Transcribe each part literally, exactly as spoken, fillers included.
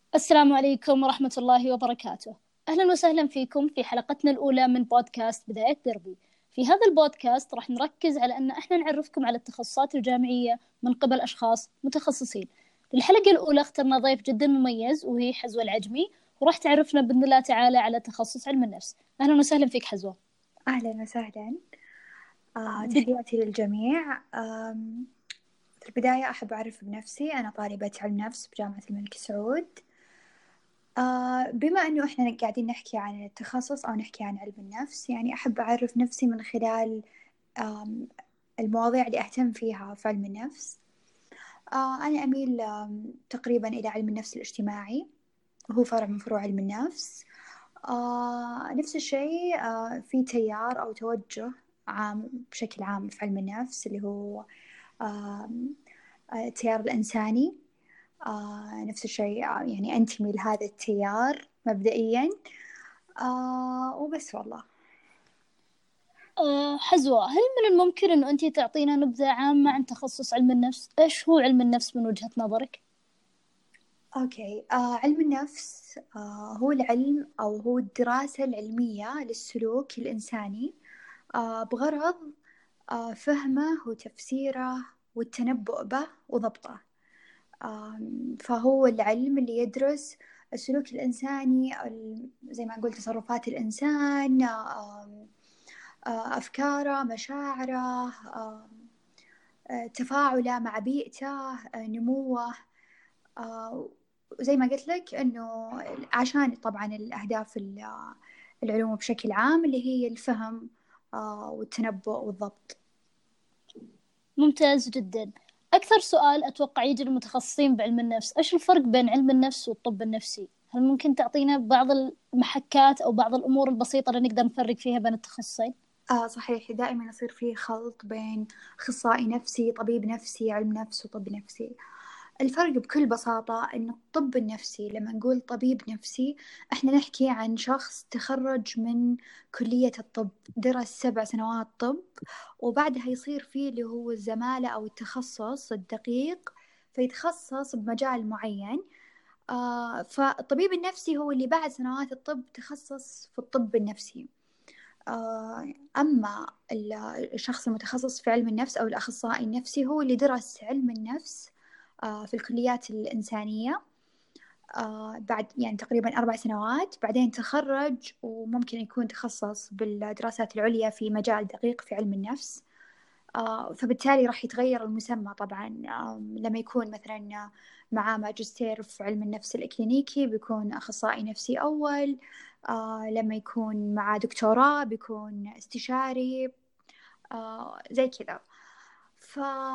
السلام عليكم ورحمة الله وبركاته. أهلا وسهلا فيكم في حلقتنا الأولى من بودكاست بداية دربي. في هذا البودكاست راح نركز على أن إحنا نعرفكم على التخصصات الجامعية من قبل أشخاص متخصصين. للحلقة الأولى اخترنا ضيف جدا مميز وهي حزوة العجمي، وراح تعرفنا بإذن الله تعالى على تخصص علم النفس. أهلا وسهلا فيك حزوة. أهلا وسهلا. آه، تحياتي للجميع. آم، في البداية أحب أعرف بنفسي، أنا طالبة علم نفس بجامعة الملك سعود. آه، بما أنه إحنا قاعدين نحكي عن التخصص أو نحكي عن علم النفس، يعني أحب أعرف نفسي من خلال آم، المواضيع اللي أهتم فيها في علم النفس. آه، أنا أميل آم، تقريبا إلى علم النفس الاجتماعي، وهو فرع من فروع علم النفس. آه نفس الشيء، آه في تيار أو توجه عام بشكل عام في علم النفس اللي هو آه التيار الإنساني. آه نفس الشيء، آه يعني أنتمي لهذا التيار مبدئيا. آه وبس والله. أه حزوة، هل من الممكن أنه أنت تعطينا نبذة عامة عن تخصص علم النفس؟ إيش هو علم النفس من وجهة نظرك؟ أوكي، آه علم النفس آه هو العلم أو هو الدراسة العلمية للسلوك الإنساني، آه بغرض آه فهمه وتفسيره والتنبؤ به وضبطه. آم، فهو العلم اللي يدرس السلوك الإنساني، ال- زي ما نقول تصرفات الإنسان، آم، آه، أفكاره، مشاعره، آم، آه، تفاعله مع بيئته، آه، نموه. آه، وزي ما قلت لك إنه عشان طبعا الأهداف ال- العلوم بشكل عام اللي هي الفهم آه، والتنبؤ والضبط. ممتاز جدا. أكثر سؤال أتوقع يجي للمتخصصين بعلم النفس، إيش الفرق بين علم النفس والطب النفسي؟ هل ممكن تعطينا بعض المحكات أو بعض الأمور البسيطة اللي نقدر نفرق فيها بين التخصصين؟ آه صحيح، دائما يصير فيه خلط بين أخصائي نفسي، طبيب نفسي، علم نفس وطب نفسي. الفرق بكل بساطة إن الطب النفسي، لما نقول طبيب نفسي، إحنا نحكي عن شخص تخرج من كلية الطب، درس سبع سنوات طب، وبعدها يصير فيه اللي هو الزمالة أو التخصص الدقيق، فيتخصص بمجال معين. آه فالطبيب النفسي هو اللي بعد سنوات الطب تخصص في الطب النفسي. آه، أما ال- الشخص المتخصص في علم النفس أو الأخصائي النفسي هو اللي درس علم النفس آه، في الكليات الإنسانية، آه، بعد يعني تقريبا أربع سنوات، بعدين تخرج وممكن يكون تخصص بالدراسات العليا في مجال دقيق في علم النفس. آه، فبالتالي راح يتغير المسمى طبعا. آم، لما يكون مثلا معاه ماجستير في علم النفس الإكلينيكي بيكون أخصائي نفسي أول. آه، لما يكون معاه دكتوراه بيكون استشاري. آه، زي كذا. ف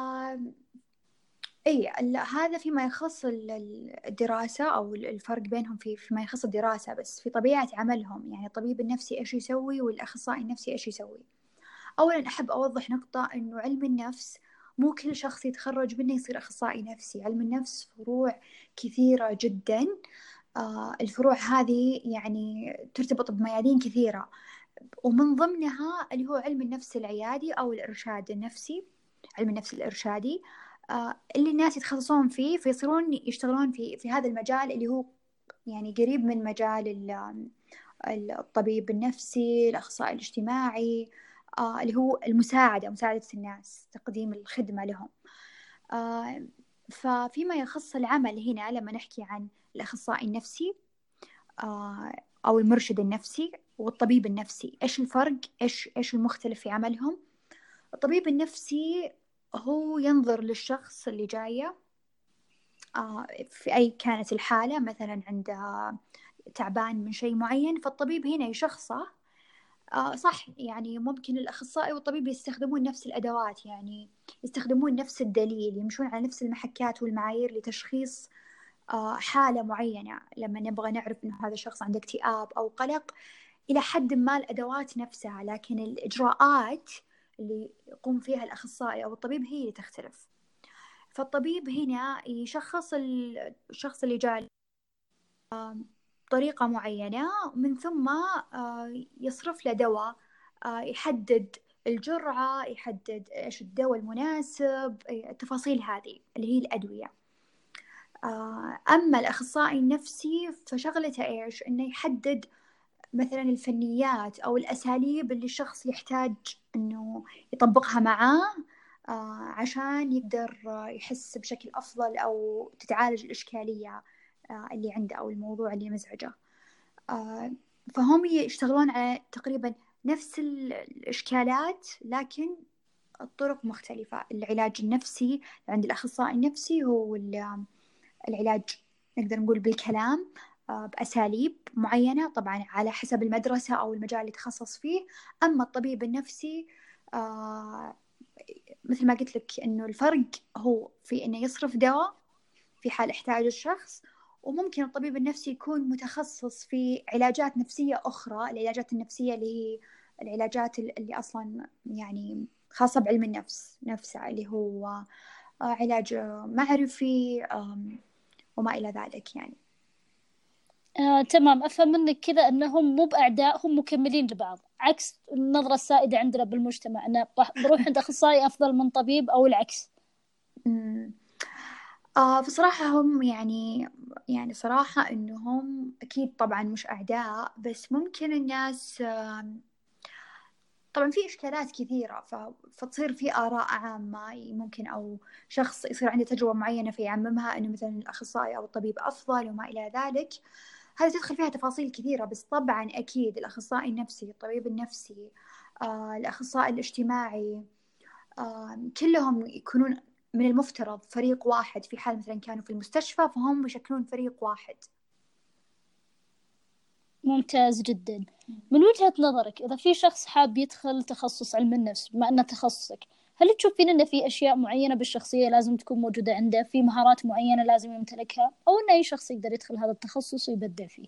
اي ال- هذا فيما يخص ال- ال- الدراسة أو ال- الفرق بينهم في فيما يخص الدراسة، بس في طبيعة عملهم يعني الطبيب النفسي إيش يسوي والأخصائي النفسي إيش يسوي. أولا أحب أوضح نقطة، إنه علم النفس مو كل شخص يتخرج منه يصير أخصائي نفسي. علم النفس فروع كثيرة جدا. آه الفروع هذه يعني ترتبط بميادين كثيرة، ومن ضمنها اللي هو علم النفس العيادي أو الإرشاد النفسي، علم النفس الإرشادي. آه اللي الناس يتخصصون فيه فيصيرون يشتغلون في في هذا المجال اللي هو يعني قريب من مجال ال- الطبيب النفسي، الأخصائي الاجتماعي، آه اللي هو المساعدة، مساعدة الناس، تقديم الخدمة لهم. آه ففيما يخص العمل هنا، لما نحكي عن الأخصائي النفسي آه أو المرشد النفسي والطبيب النفسي، إيش الفرق؟ إيش إيش المختلف في عملهم؟ الطبيب النفسي هو ينظر للشخص اللي جاية، آه في أي كانت الحالة، مثلا عندها تعبان من شيء معين، فالطبيب هنا يشخصه. آه صح، يعني ممكن الأخصائي والطبيب يستخدمون نفس الأدوات، يعني يستخدمون نفس الدليل، يمشون على نفس المحكات والمعايير لتشخيص آه حالة معينة. لما نبغى نعرف إنه هذا الشخص عنده اكتئاب أو قلق، إلى حد ما الأدوات نفسها، لكن الإجراءات اللي يقوم فيها الأخصائي أو الطبيب هي اللي تختلف. فالطبيب هنا يشخص الشخص اللي جاء بطريقة معينة، من ثم آه، يصرف له دواء، آه، يحدد الجرعة، يحدد إيش الدواء المناسب، التفاصيل هذه اللي هي الأدوية. أما الأخصائي النفسي فشغلته إيش؟ إنه يحدد مثلا الفنيات أو الأساليب اللي الشخص يحتاج إنه يطبقها معاه عشان يقدر يحس بشكل أفضل أو تتعالج الإشكالية اللي عنده أو الموضوع اللي مزعجه. فهم يشتغلون على تقريبا نفس الإشكالات لكن الطرق مختلفة. العلاج النفسي عند الأخصائي النفسي هو العلاج نقدر نقول بالكلام بأساليب معينة طبعا على حسب المدرسة أو المجال اللي تخصص فيه. أما الطبيب النفسي مثل ما قلت لك إنه الفرق هو في إنه يصرف دواء في حال احتاج الشخص، وممكن الطبيب النفسي يكون متخصص في علاجات نفسية أخرى. العلاجات النفسية اللي هي العلاجات اللي أصلا يعني خاصة بعلم النفس نفسه، اللي هو علاج معرفي وما إلى ذلك يعني. آه، تمام، أفهم منك كذا أنهم مو بأعداء، هم مكملين لبعض، عكس النظرة السائدة عندنا بالمجتمع أنه بروح عند أخصائي أفضل من طبيب أو العكس. آه فصراحة هم يعني يعني صراحة إنهم أكيد طبعا مش أعداء، بس ممكن الناس آه طبعا في إشكالات كثيرة فتصير في آراء عامة ممكن، أو شخص يصير عنده تجربة معينة فيعممها إنه مثلا الأخصائي أو الطبيب أفضل وما إلى ذلك. هذا تدخل فيها تفاصيل كثيرة، بس طبعا أكيد الأخصائي النفسي، الطبيب النفسي، آه الأخصائي الاجتماعي، آه كلهم يكونون من المفترض فريق واحد. في حال مثلا كانوا في المستشفى فهم يشكلون فريق واحد. ممتاز جدا. من وجهة نظرك إذا في شخص حاب يدخل تخصص علم النفس بما أنه تخصصك، هل تشوفين أن في أشياء معينة بالشخصية لازم تكون موجودة عنده، في مهارات معينة لازم يمتلكها، أو أن أي شخص يقدر يدخل هذا التخصص ويبدع فيه؟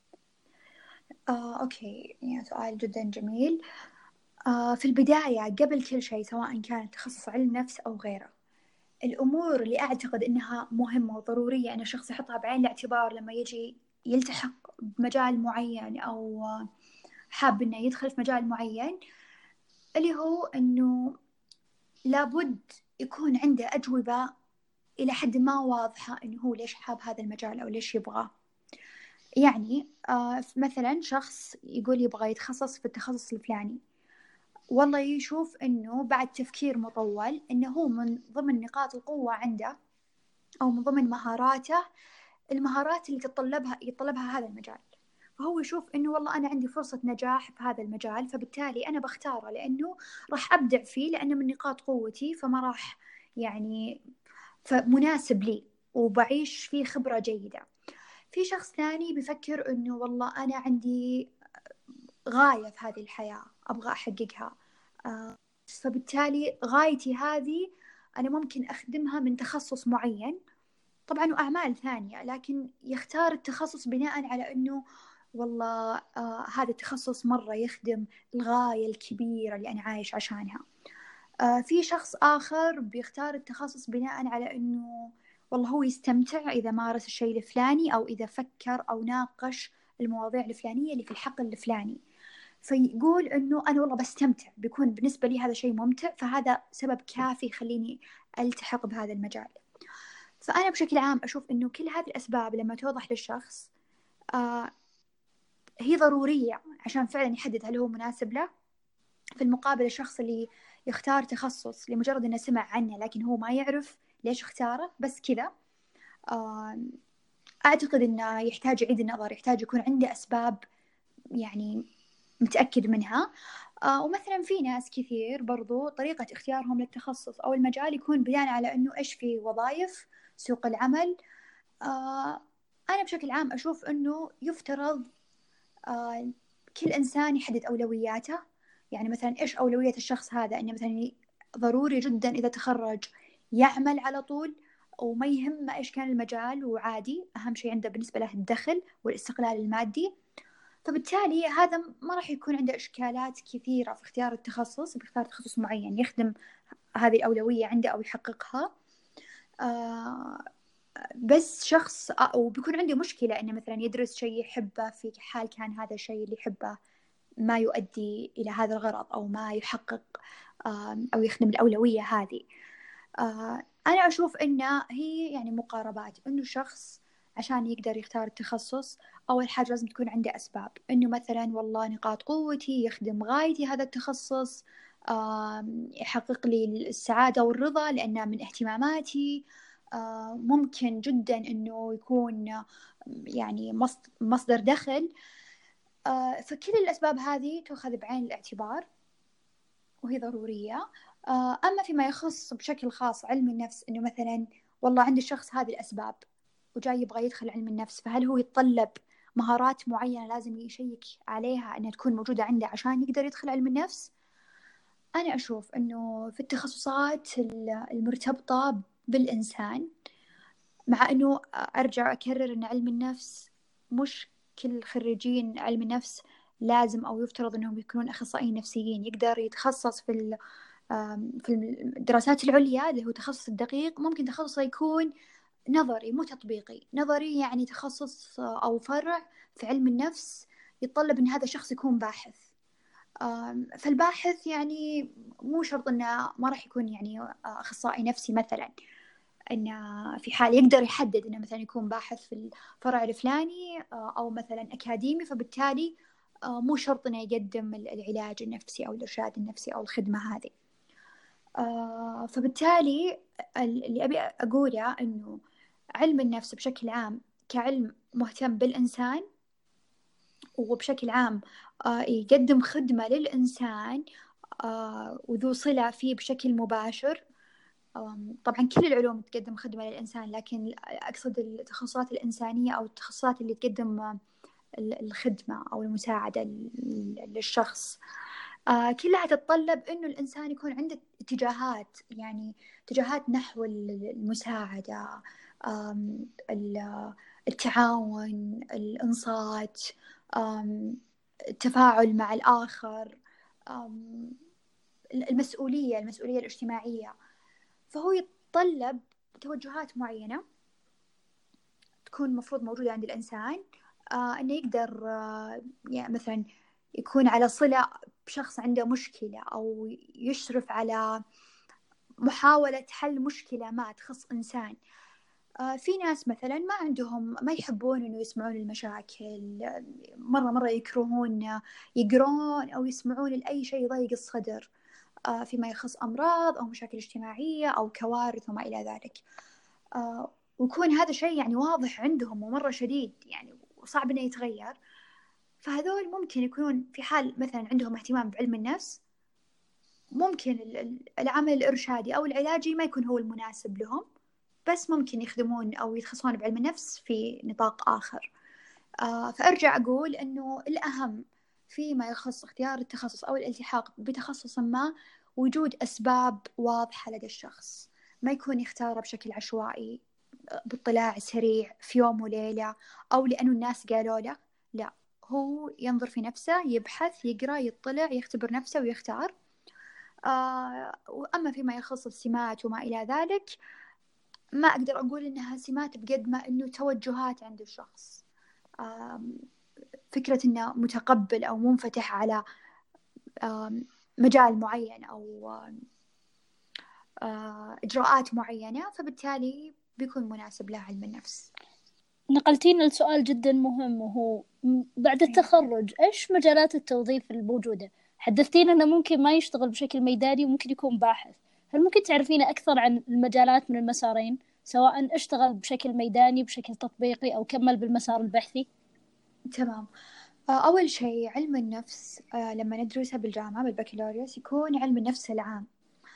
آه، أوكي، يعني سؤال جدا جميل. آه، في البداية قبل كل شيء سواء كان تخصص علم نفس أو غيره، الأمور اللي أعتقد أنها مهمة وضرورية أن الشخص يحطها بعين الاعتبار لما يجي يلتحق بمجال معين أو حاب أنه يدخل في مجال معين، اللي هو أنه لابد يكون عنده أجوبة إلى حد ما واضحة أنه هو ليش حاب هذا المجال أو ليش يبغاه. يعني آه مثلا شخص يقول يبغى يتخصص في التخصص الفلاني، والله يشوف أنه بعد تفكير مطول أنه هو من ضمن نقاط القوة عنده أو من ضمن مهاراته المهارات اللي تطلبها يتطلبها هذا المجال، فهو يشوف أنه والله أنا عندي فرصة نجاح في هذا المجال فبالتالي أنا بختاره لأنه راح أبدع فيه لأنه من نقاط قوتي، فما راح يعني فمناسب لي وبعيش فيه خبرة جيدة. في شخص ثاني بيفكر أنه والله أنا عندي غاية في هذه الحياة أبغى أحققها، فبالتالي غايتي هذه أنا ممكن أخدمها من تخصص معين طبعا وأعمال ثانية، لكن يختار التخصص بناء على أنه والله آه هذا التخصص مرة يخدم الغاية الكبيرة اللي أنا عايش عشانها. آه في شخص آخر بيختار التخصص بناء على أنه والله هو يستمتع إذا مارس الشيء الفلاني أو إذا فكر أو ناقش المواضيع الفلانية اللي في الحقل الفلاني، فيقول أنه أنا والله بستمتع، بيكون بالنسبة لي هذا شيء ممتع، فهذا سبب كافي يخليني ألتحق بهذا المجال. فأنا بشكل عام أشوف أنه كل هذه الأسباب لما توضح للشخص آه هي ضرورية عشان فعلا يحدد هل هو مناسب له. في المقابل الشخص اللي يختار تخصص لمجرد أنه سمع عنه لكن هو ما يعرف ليش اختاره بس كذا، آه أعتقد أنه يحتاج يعيد النظر، يحتاج يكون عنده أسباب يعني متأكد منها. آه ومثلا في ناس كثير برضو طريقة اختيارهم للتخصص أو المجال يكون بناء على أنه إيش في وظائف سوق العمل. آه أنا بشكل عام أشوف أنه يفترض آه كل إنسان يحدد أولوياته. يعني مثلا إيش أولوية الشخص هذا، أنه مثلا ضروري جدا إذا تخرج يعمل على طول وما يهم إيش كان المجال وعادي، أهم شيء عنده بالنسبة له الدخل والاستقلال المادي، فبالتالي هذا ما راح يكون عنده إشكالات كثيرة في اختيار التخصص، بيختار تخصص معين يخدم هذه الأولوية عنده أو يحققها. آه بس شخص وبيكون عنده مشكلة إنه مثلا يدرس شيء يحبه في حال كان هذا الشيء اللي يحبه ما يؤدي إلى هذا الغرض أو ما يحقق أو يخدم الأولوية هذه. آه أنا أشوف إنه هي يعني مقاربات، إنه شخص عشان يقدر يختار التخصص أول حاجة لازم تكون عنده أسباب، إنه مثلا والله نقاط قوتي يخدم غايتي هذا التخصص، آه يحقق لي السعادة والرضا لأنه من اهتماماتي، آه ممكن جدا إنه يكون يعني مصدر دخل. آه فكل الأسباب هذه تؤخذ بعين الاعتبار وهي ضرورية. آه أما فيما يخص بشكل خاص علم النفس، إنه مثلا والله عند الشخص هذه الأسباب وجاي يبغى يدخل علم النفس، فهل هو يتطلب مهارات معينة لازم يشيك عليها أنها تكون موجودة عنده عشان يقدر يدخل علم النفس؟ أنا أشوف أنه في التخصصات المرتبطة بالإنسان، مع أنه أرجع أكرر أن علم النفس مش كل خريجين علم النفس لازم أو يفترض أنهم يكونون أخصائيين نفسيين. يقدر يتخصص في في الدراسات العليا اللي هو تخصص الدقيق، ممكن تخصصه يكون نظري مو تطبيقي. نظري يعني تخصص أو فرع في علم النفس يتطلب أن هذا الشخص يكون باحث. فالباحث يعني مو شرط أنه ما راح يكون يعني أخصائي نفسي مثلا، أنه في حال يقدر يحدد أنه مثلا يكون باحث في الفرع الفلاني أو مثلا أكاديمي، فبالتالي مو شرط أنه يقدم العلاج النفسي أو الإرشاد النفسي أو الخدمة هذه. فبالتالي اللي أبي أقوله أنه علم النفس بشكل عام كعلم مهتم بالإنسان وبشكل عام يقدم خدمة للإنسان وذو صلة فيه بشكل مباشر. طبعا كل العلوم تقدم خدمة للإنسان، لكن أقصد التخصصات الإنسانية أو التخصصات اللي تقدم الخدمة أو المساعدة للشخص كلها تتطلب إنه الإنسان يكون عنده اتجاهات، يعني اتجاهات نحو المساعدة، التعاون، الإنصات، التفاعل مع الآخر، المسؤولية المسؤولية الاجتماعية. فهو يتطلب توجهات معينة تكون مفروض موجودة عند الإنسان، آه إنه يقدر آه يعني مثلا يكون على صلة بشخص عنده مشكلة أو يشرف على محاولة حل مشكلة ما تخص إنسان. آه في ناس مثلا ما عندهم، ما يحبون إنه يسمعون المشاكل، مرة مرة يكرهون يقرون أو يسمعون لأي شيء يضيق الصدر آه فيما يخص أمراض أو مشاكل اجتماعية أو كوارث وما إلى ذلك. آه ويكون هذا شيء يعني واضح عندهم ومرة شديد يعني وصعب إنه يتغير. فهذول ممكن يكونون في حال مثلا عندهم اهتمام بعلم النفس، ممكن العمل الإرشادي أو العلاجي ما يكون هو المناسب لهم، بس ممكن يخدمون أو يتخصصون بعلم النفس في نطاق آخر. آه فأرجع أقول أنه الأهم فيما يخص اختيار التخصص أو الالتحاق بتخصص ما وجود أسباب واضحة لدى الشخص، ما يكون يختاره بشكل عشوائي باطلاع سريع في يوم وليلة أو لأنه الناس قالوا له. لا، هو ينظر في نفسه، يبحث، يقرأ، يطلع، يختبر نفسه ويختار. آه وأما فيما يخص السمات وما إلى ذلك، ما أقدر أقول إنها سمات بقد ما إنه توجهات عند الشخص، آه فكرة إنه متقبل أو منفتح على آه مجال معين أو آه إجراءات معينة، فبالتالي بيكون مناسب له علم النفس. نقلتينا لسؤال جدا مهم، وهو بعد التخرج إيش مجالات التوظيف الموجودة؟ حدثتينا أنه ممكن ما يشتغل بشكل ميداني وممكن يكون باحث، هل ممكن تعرفينا أكثر عن المجالات من المسارين، سواء اشتغل بشكل ميداني بشكل تطبيقي أو كمل بالمسار البحثي؟ تمام. أول شيء علم النفس لما ندرسه بالجامعة بالبكالوريوس يكون علم النفس العام.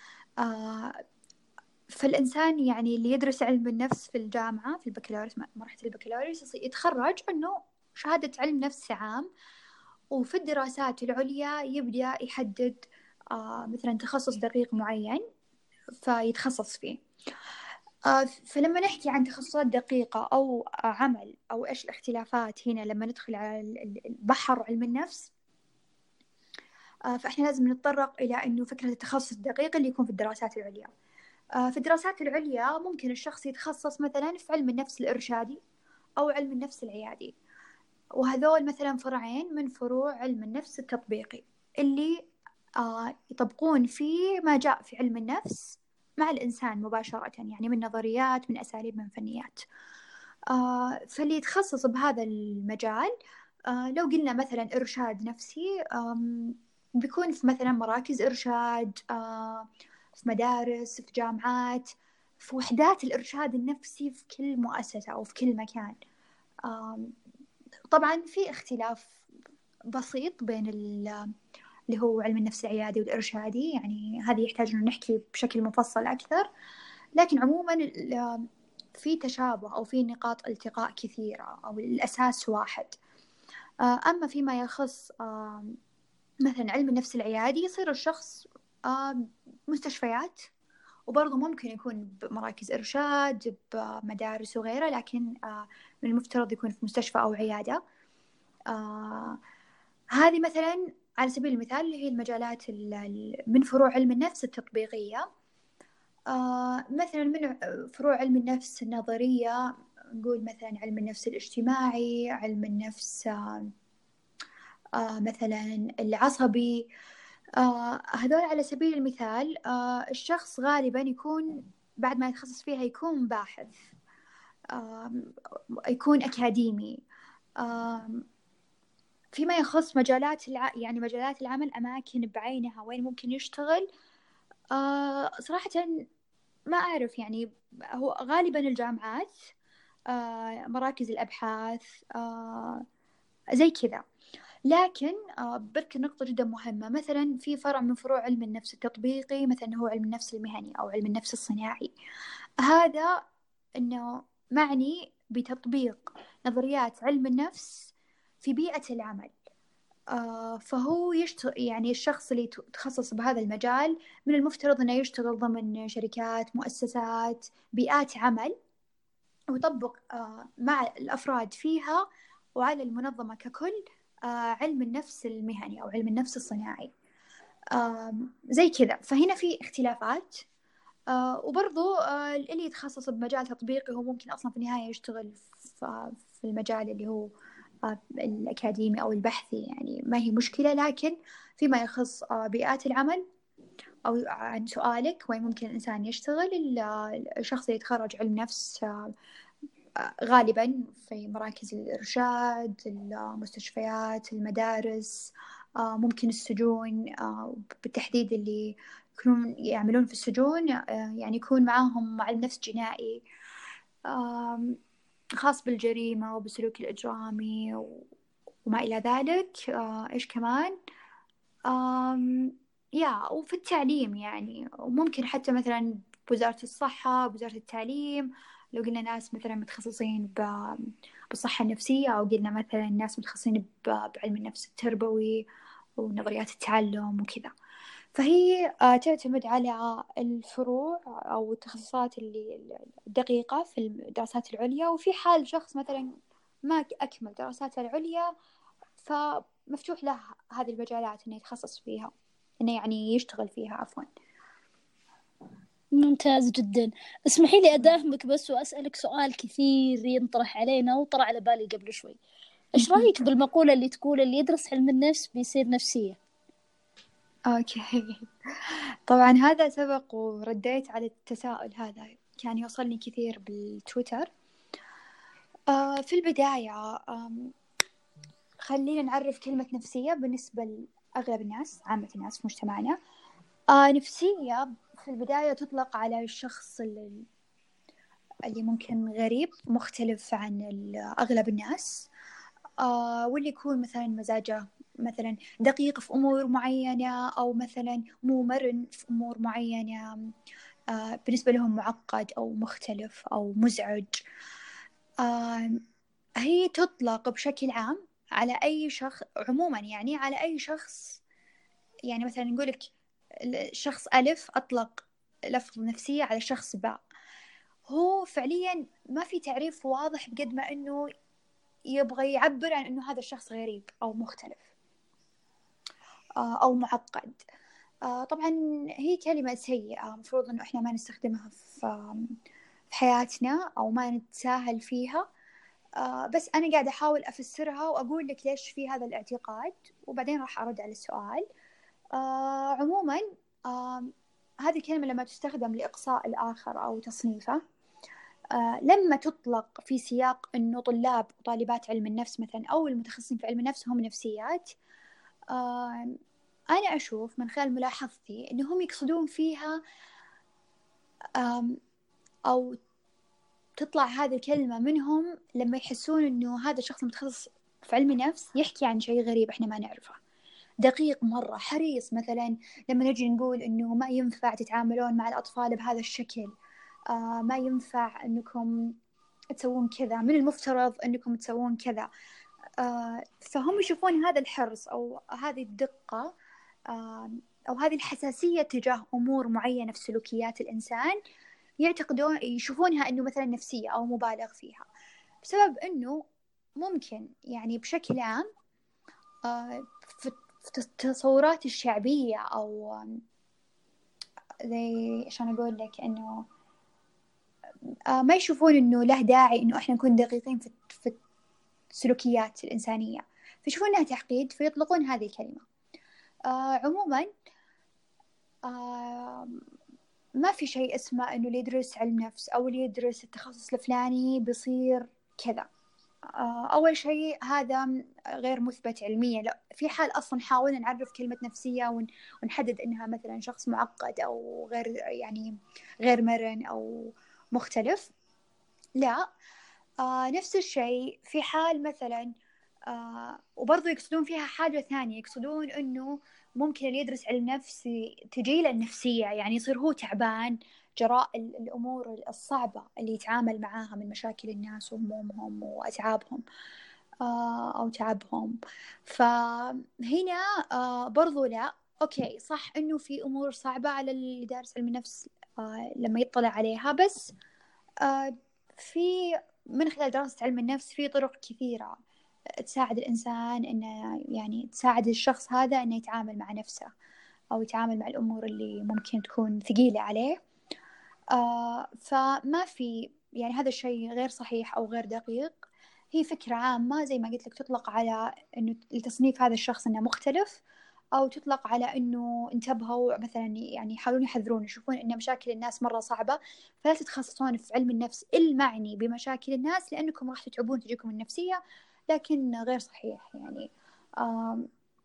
فالإنسان يعني اللي يدرس علم النفس في الجامعة في البكالوريوس مرحلة البكالوريوس يتخرج إنه شهادة علم نفس عام، وفي الدراسات العليا يبدأ يحدد آه مثلا تخصص دقيق معين فيتخصص فيه. آه فلما نحكي عن تخصصات دقيقة أو آه عمل أو إيش الاختلافات هنا لما ندخل على البحر علم النفس، آه فإحنا لازم نتطرق إلى إنه فكرة التخصص الدقيق اللي يكون في الدراسات العليا. في الدراسات العليا ممكن الشخص يتخصص مثلا في علم النفس الإرشادي أو علم النفس العيادي، وهذول مثلا فرعين من فروع علم النفس التطبيقي اللي آه يطبقون فيه ما جاء في علم النفس مع الإنسان مباشرة، يعني من نظريات، من أساليب، من فنيات. آه فاللي يتخصص بهذا المجال، آه لو قلنا مثلا إرشاد نفسي، بيكون في مثلا مراكز إرشاد، آه في مدارس، في جامعات، في وحدات الإرشاد النفسي في كل مؤسسة أو في كل مكان. آه طبعا في اختلاف بسيط بين اللي هو علم النفس العيادي والإرشادي، يعني هذه يحتاج أن نحكي بشكل مفصل أكثر، لكن عموما في تشابه أو في نقاط التقاء كثيرة، أو الأساس واحد. أما فيما يخص مثلا علم النفس العيادي، يصير الشخص مستشفيات، وبرضه ممكن يكون بمراكز إرشاد، بمدارس وغيره، لكن من المفترض يكون في مستشفى أو عيادة. هذه مثلا على سبيل المثال اللي هي المجالات من فروع علم النفس التطبيقية. مثلا من فروع علم النفس النظرية نقول مثلا علم النفس الاجتماعي، علم النفس مثلا العصبي. هذول على سبيل المثال الشخص غالبا يكون بعد ما يتخصص فيها يكون باحث، يكون أكاديمي. فيما يخص مجالات الع... يعني مجالات العمل، أماكن بعينها وين ممكن يشتغل، آه صراحة ما أعرف، يعني هو غالبا الجامعات، آه مراكز الأبحاث، آه زي كذا. لكن آه بذكر نقطة جدا مهمة، مثلا في فرع من فروع علم النفس التطبيقي، مثلا هو علم النفس المهني أو علم النفس الصناعي. هذا أنه معني بتطبيق نظريات علم النفس في بيئة العمل. آه فهو يشتغل، يعني الشخص اللي يتخصص بهذا المجال من المفترض أنه يشتغل ضمن شركات، مؤسسات، بيئات عمل، ويطبق آه مع الأفراد فيها وعلى المنظمة ككل آه علم النفس المهني أو علم النفس الصناعي. آه زي كذا. فهنا في اختلافات. آه وبرضو آه اللي يتخصص بمجال تطبيقي هو ممكن أصلا في النهاية يشتغل في المجال اللي هو الأكاديمي أو البحثي، يعني ما هي مشكلة. لكن فيما يخص بيئات العمل، أو عن سؤالك وين ممكن الإنسان يشتغل، الشخص اللي يتخرج علم نفس غالبا في مراكز الإرشاد، المستشفيات، المدارس، ممكن السجون، بالتحديد اللي يكونون يعملون في السجون، يعني يكون معاهم علم نفس جنائي خاص بالجريمة وبالسلوك الإجرامي وما إلى ذلك. آه، إيش كمان؟ آم، يا وفي التعليم يعني، وممكن حتى مثلا بوزارة الصحة، بوزارة التعليم، لو قلنا ناس مثلا متخصصين بالصحة النفسية، أو قلنا مثلا ناس متخصصين بعلم النفس التربوي ونظريات التعلم وكذا. فهي تعتمد على الفروع أو التخصصات اللي الدقيقة في الدراسات العليا. وفي حال شخص مثلا ما أكمل دراساته العليا، فمفتوح له هذه المجالات إنه يتخصص فيها، إنه يعني يشتغل فيها عفوا. ممتاز جدا. اسمحي لي أداهمك بس وأسألك سؤال كثير ينطرح علينا وطرح على بالي قبل شوي. إيش رأيك بالمقولة اللي تقول اللي يدرس علم النفس بيصير نفسية؟ أوكي. طبعا هذا سبق ورديت على التساؤل هذا، كان يوصلني كثير بالتويتر. آه في البداية خلينا نعرف كلمة نفسية بالنسبة لأغلب الناس، عامة الناس في مجتمعنا. آه نفسية في البداية تطلق على الشخص اللي, اللي ممكن غريب مختلف عن أغلب الناس، آه واللي يكون مثلا مزاجه مثلا دقيق في أمور معينة، أو مثلا مو مرن في أمور معينة، آه بالنسبة لهم معقد أو مختلف أو مزعج. آه هي تطلق بشكل عام على أي شخص، عموما يعني على أي شخص. يعني مثلا نقولك شخص ألف أطلق لفظ نفسية على شخص باء، هو فعليا ما في تعريف واضح بقد ما أنه يبغى يعبر عن أنه هذا الشخص غريب أو مختلف أو معقد. طبعا هي كلمة سيئة، مفروض أنه إحنا ما نستخدمها في حياتنا أو ما نتساهل فيها. آه بس أنا قاعدة أحاول أفسرها وأقول لك ليش في هذا الاعتقاد، وبعدين راح أرد على السؤال. آه عموما آه هذه الكلمة لما تستخدم لإقصاء الآخر أو تصنيفه، آه لما تطلق في سياق أنه طلاب وطالبات علم النفس مثلا أو المتخصصين في علم النفس هم نفسيات، آه أنا أشوف من خلال ملاحظتي أنهم يقصدون فيها أو تطلع هذه الكلمة منهم لما يحسون أنه هذا الشخص المتخصص في علم النفس يحكي عن شيء غريب إحنا ما نعرفه، دقيق مرة، حريص. مثلا لما نجي نقول أنه ما ينفع تتعاملون مع الأطفال بهذا الشكل، آه ما ينفع أنكم تسوون كذا، من المفترض أنكم تسوون كذا، آه فهم يشوفون هذا الحرص أو هذه الدقة آه أو هذه الحساسية تجاه أمور معينة في سلوكيات الإنسان، يعتقدون يشوفونها أنه مثلا نفسية أو مبالغ فيها، بسبب أنه ممكن يعني بشكل عام آه في التصورات الشعبية أو زي عشان أقول لك أنه آه ما يشوفون أنه له داعي أنه إحنا نكون دقيقين في في السلوكيات الإنسانية، فيشوفون أنها تعقيد فيطلقون هذه الكلمة. آه عموما آه ما في شيء اسمه أنه اللي يدرس علم نفس أو اللي يدرس التخصص الفلاني بيصير كذا. أول شيء هذا غير مثبت علميا، لا في حال أصلا حاولنا نعرف كلمة نفسية ونحدد إنها مثلا شخص معقد أو غير يعني غير مرن أو مختلف، لا آه نفس الشيء في حال مثلا آه وبرضو يقصدون فيها حاجة ثانية، يقصدون إنه ممكن اللي يدرس علم نفس تجيله النفسية، يعني يصير هو تعبان جراء الأمور الصعبة اللي يتعامل معاها من مشاكل الناس وهمومهم وأتعابهم آه أو تعبهم. فهنا آه برضو لا، أوكي صح إنه في أمور صعبة على اللي دارس علم النفس آه لما يطلع عليها، بس آه في من خلال دراسة علم النفس في طرق كثيرة تساعد الإنسان إنه يعني تساعد الشخص هذا إنه يتعامل مع نفسه أو يتعامل مع الأمور اللي ممكن تكون ثقيلة عليه. آه فما في يعني هذا الشيء غير صحيح أو غير دقيق، هي فكرة عامة زي ما قلت لك تطلق على إنه لتصنيف هذا الشخص إنه مختلف، أو تطلق على إنه انتبهوا مثلا يعني يحاولون يحذرون يشوفون إن مشاكل الناس مرة صعبة فلا تتخصصون في علم النفس المعني بمشاكل الناس لأنكم راح تتعبون تجيكم النفسية، لكن غير صحيح يعني. آم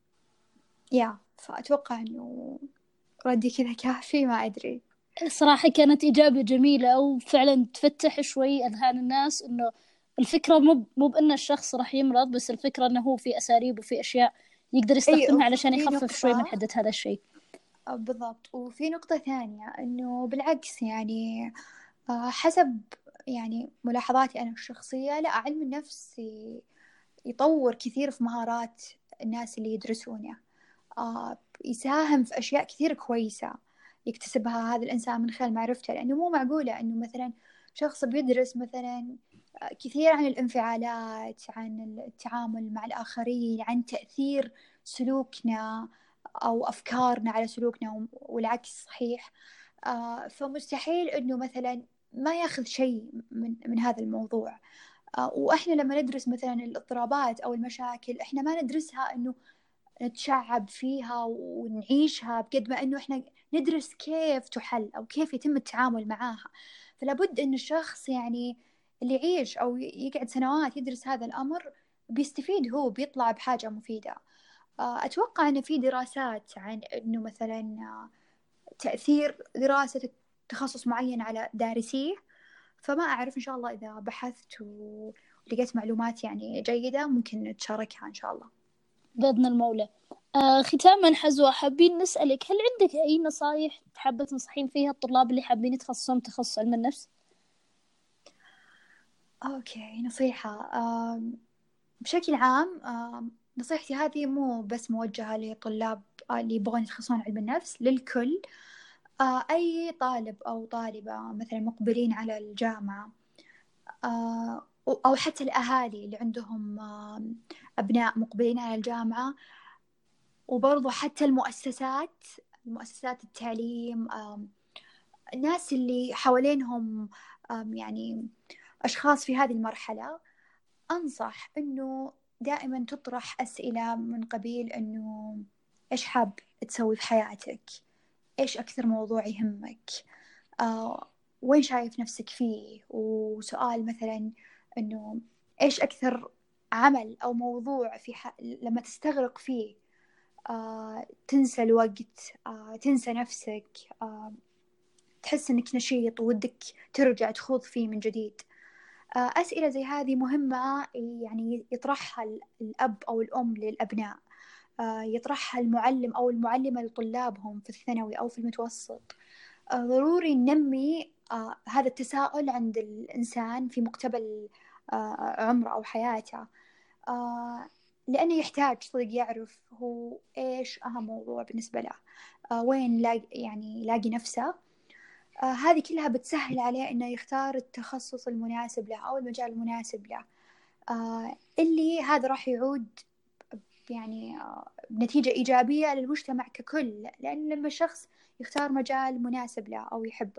يا فأتوقع إنه ردي كذا كافي، ما أدري. صراحة كانت إجابة جميلة وفعلا تفتح شوي أذهان الناس إنه الفكرة مو مو بأن الشخص راح يمرض، بس الفكرة إنه هو في أساليب وفي أشياء يقدر أي يستخدمها علشان وفي يخفف شوي من نقطة حدة هذا الشيء. بالضبط، وفي نقطة ثانية إنه بالعكس يعني آه، حسب يعني ملاحظاتي أنا الشخصية، لا علم النفس يطور كثير في مهارات الناس اللي يدرسونه، آه، يساهم في أشياء كثير كويسة يكتسبها هذا الإنسان من خلال معرفته، لأنه مو معقولة أنه مثلا شخص بيدرس مثلا كثير عن الانفعالات، عن التعامل مع الآخرين، عن تأثير سلوكنا أو أفكارنا على سلوكنا والعكس صحيح، آه فمستحيل أنه مثلا ما ياخذ شيء من, من هذا الموضوع. آه وإحنا لما ندرس مثلا الاضطرابات أو المشاكل إحنا ما ندرسها أنه نتشعب فيها ونعيشها، بقد ما أنه إحنا ندرس كيف تحل أو كيف يتم التعامل معاها. فلا بد أن الشخص يعني اللي يعيش أو يقعد سنوات يدرس هذا الأمر بيستفيد، هو بيطلع بحاجة مفيدة. أتوقع أن في دراسات عن أنه مثلا تأثير دراسة تخصص معين على دارسيه، فما أعرف، إن شاء الله إذا بحثت ولقيت معلومات يعني جيدة ممكن نتشاركها إن شاء الله بإذن المولى. آه ختاما حزوة، حابين نسألك هل عندك أي نصايح حابة تنصحين فيها الطلاب اللي حابين يتخصصون تخصص علم النفس؟ أوكي، نصيحة بشكل عام، نصيحتي هذه مو بس موجهة لطلاب اللي يبغون يتخصصون علم النفس، للكل. أي طالب أو طالبة مثلا مقبلين على الجامعة أو حتى الأهالي اللي عندهم أبناء مقبلين على الجامعة، وبرضو حتى المؤسسات مؤسسات التعليم، الناس اللي حوالينهم يعني أشخاص في هذه المرحلة، أنصح أنه دائما تطرح أسئلة من قبيل أنه إيش حاب تسوي في حياتك، إيش أكثر موضوع يهمك، آه وين شايف نفسك فيه. وسؤال مثلا إنه إيش أكثر عمل أو موضوع في ح... لما تستغرق فيه آه تنسى الوقت، آه تنسى نفسك، آه تحس إنك نشيط ودك ترجع تخوض فيه من جديد. آه أسئلة زي هذه مهمة يعني يطرحها الأب أو الأم للأبناء، آه يطرحها المعلم أو المعلمة لطلابهم في الثانوي أو في المتوسط. آه ضروري ننمي آه هذا التساؤل عند الإنسان في مقتبل آه عمره أو حياته، آه لأنه يحتاج صدق يعرف هو إيش أهم موضوع بالنسبة له، آه وين لاقي يعني يلاقي نفسه. آه هذه كلها بتسهل عليه إنه يختار التخصص المناسب له أو المجال المناسب له، آه اللي هذا راح يعود يعني آه بنتيجة إيجابية للمجتمع ككل. لأن لما الشخص يختار مجال مناسب له أو يحبه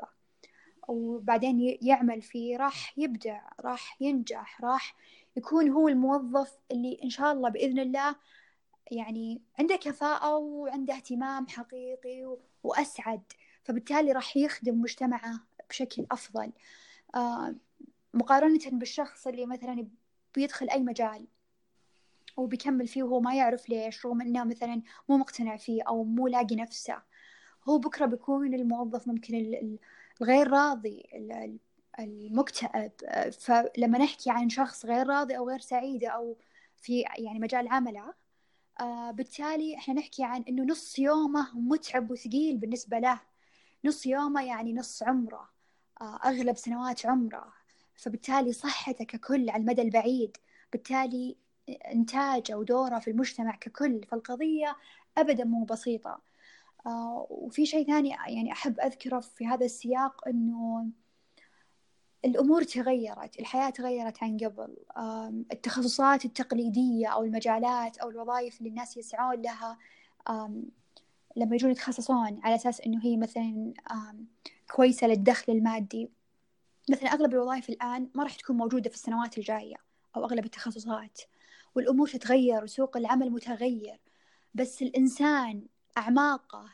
وبعدين يعمل فيه راح يبدع، راح ينجح، راح يكون هو الموظف اللي إن شاء الله بإذن الله يعني عنده كفاءة وعنده اهتمام حقيقي وأسعد، فبالتالي راح يخدم مجتمعه بشكل أفضل، آه مقارنة بالشخص اللي مثلا بيدخل أي مجال وبيكمل فيه وهو ما يعرف ليش، رغم أنه مثلا مو مقتنع فيه أو مو لاقي نفسه. هو بكرة بيكون الموظف ممكن الغير راضي، المكتئب. فلما نحكي عن شخص غير راضي أو غير سعيد أو في يعني مجال عمله، آه بالتالي احنا نحكي عن انه نص يومه متعب وثقيل بالنسبة له، نص يومه يعني نص عمره، آه اغلب سنوات عمره. فبالتالي صحته ككل على المدى البعيد، بالتالي انتاجه ودوره في المجتمع ككل. فالقضية ابدا مو بسيطة. آه وفي شيء ثاني يعني احب اذكره في هذا السياق، انه الأمور تغيرت، الحياة تغيرت عن قبل. التخصصات التقليدية أو المجالات أو الوظائف اللي الناس يسعون لها لما يجون يتخصصون على أساس أنه هي مثلا كويسة للدخل المادي، مثلا أغلب الوظائف الآن ما راح تكون موجودة في السنوات الجاية أو أغلب التخصصات، والأمور تتغير وسوق العمل متغير. بس الإنسان أعماقه،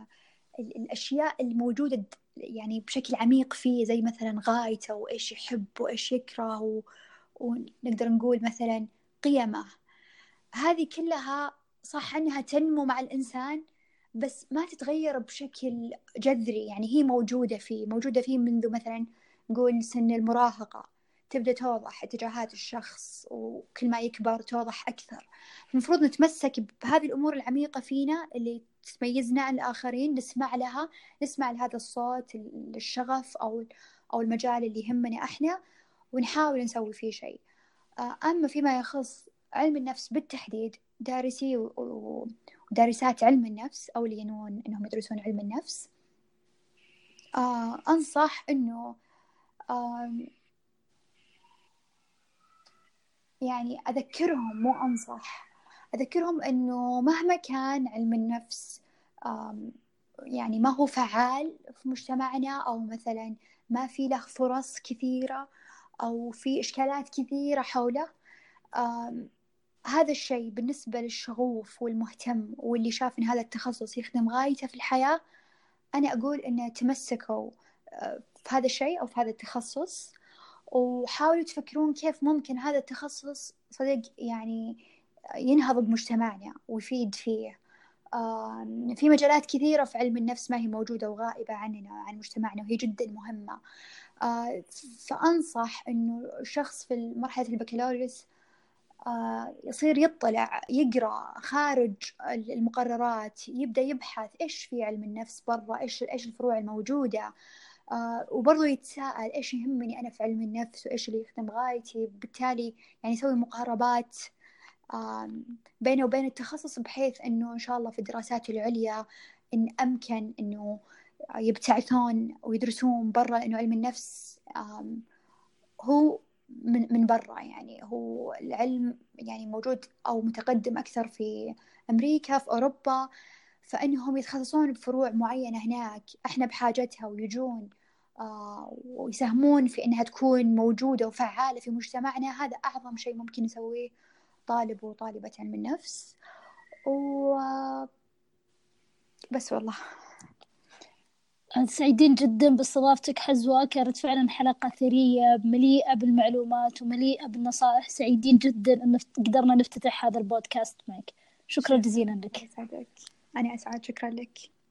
الأشياء الموجودة يعني بشكل عميق فيه، زي مثلا غايته وإيش يحب وإيش يكره و... ونقدر نقول مثلا قيمه، هذه كلها صح أنها تنمو مع الإنسان بس ما تتغير بشكل جذري. يعني هي موجودة فيه موجودة فيه منذ مثلا نقول سن المراهقة، تبدأ توضح اتجاهات الشخص وكل ما يكبر توضح أكثر. المفروض نتمسك بهذه الأمور العميقة فينا اللي تميزنا عن الآخرين، نسمع لها، نسمع لهذا الصوت، الشغف أو أو المجال اللي يهمنا إحنا، ونحاول نسوي فيه شيء. أما فيما يخص علم النفس بالتحديد، دارسي ودارسات علم النفس أو اللي ينوون إنهم يدرسون علم النفس، آه أنصح إنه آه يعني أذكرهم، مو أنصح، أذكرهم إنه مهما كان علم النفس يعني ما هو فعال في مجتمعنا، أو مثلا ما في له فرص كثيرة أو في إشكالات كثيرة حوله، هذا الشيء بالنسبة للشغوف والمهتم واللي شاف إن هذا التخصص يخدم غايته في الحياة، أنا أقول إنه تمسكوا في هذا الشيء أو في هذا التخصص، وحاولوا تفكرون كيف ممكن هذا التخصص صدق يعني ينهض بمجتمعنا ويفيد فيه. آه في مجالات كثيرة في علم النفس ما هي موجودة وغائبة عننا عن مجتمعنا وهي جدا مهمة. آه فأنصح إنه الشخص في مرحلة البكالوريوس آه يصير يطلع يقرأ خارج المقررات، يبدأ يبحث إيش في علم النفس برا، إيش إيش الفروع الموجودة، آه وبرضو يتساءل إيش يهمني أنا في علم النفس وإيش اللي يخدم غايتي. بالتالي يعني يسوي مقاربات آه بينه وبين التخصص، بحيث إنه إن شاء الله في الدراسات العليا إن أمكن إنه يبتعثون ويدرسون برا، لأنه علم النفس آه هو من من برا، يعني هو العلم يعني موجود أو متقدم أكثر في أمريكا، في أوروبا، فإنهم يتخصصون بفروع معينة هناك إحنا بحاجتها، ويجون آه ويساهمون في إنها تكون موجودة وفعالة في مجتمعنا. هذا أعظم شيء ممكن يسويه طالب وطالبة علم النفس. وبس والله. سعيدين جدا باستضافتك حزوة، كانت فعلا حلقة ثرية مليئة بالمعلومات ومليئة بالنصائح. سعيدين جدا أن قدرنا نفتتح هذا البودكاست معك. شكرا جزيلا لك. أنا أسعد، شكرا لك.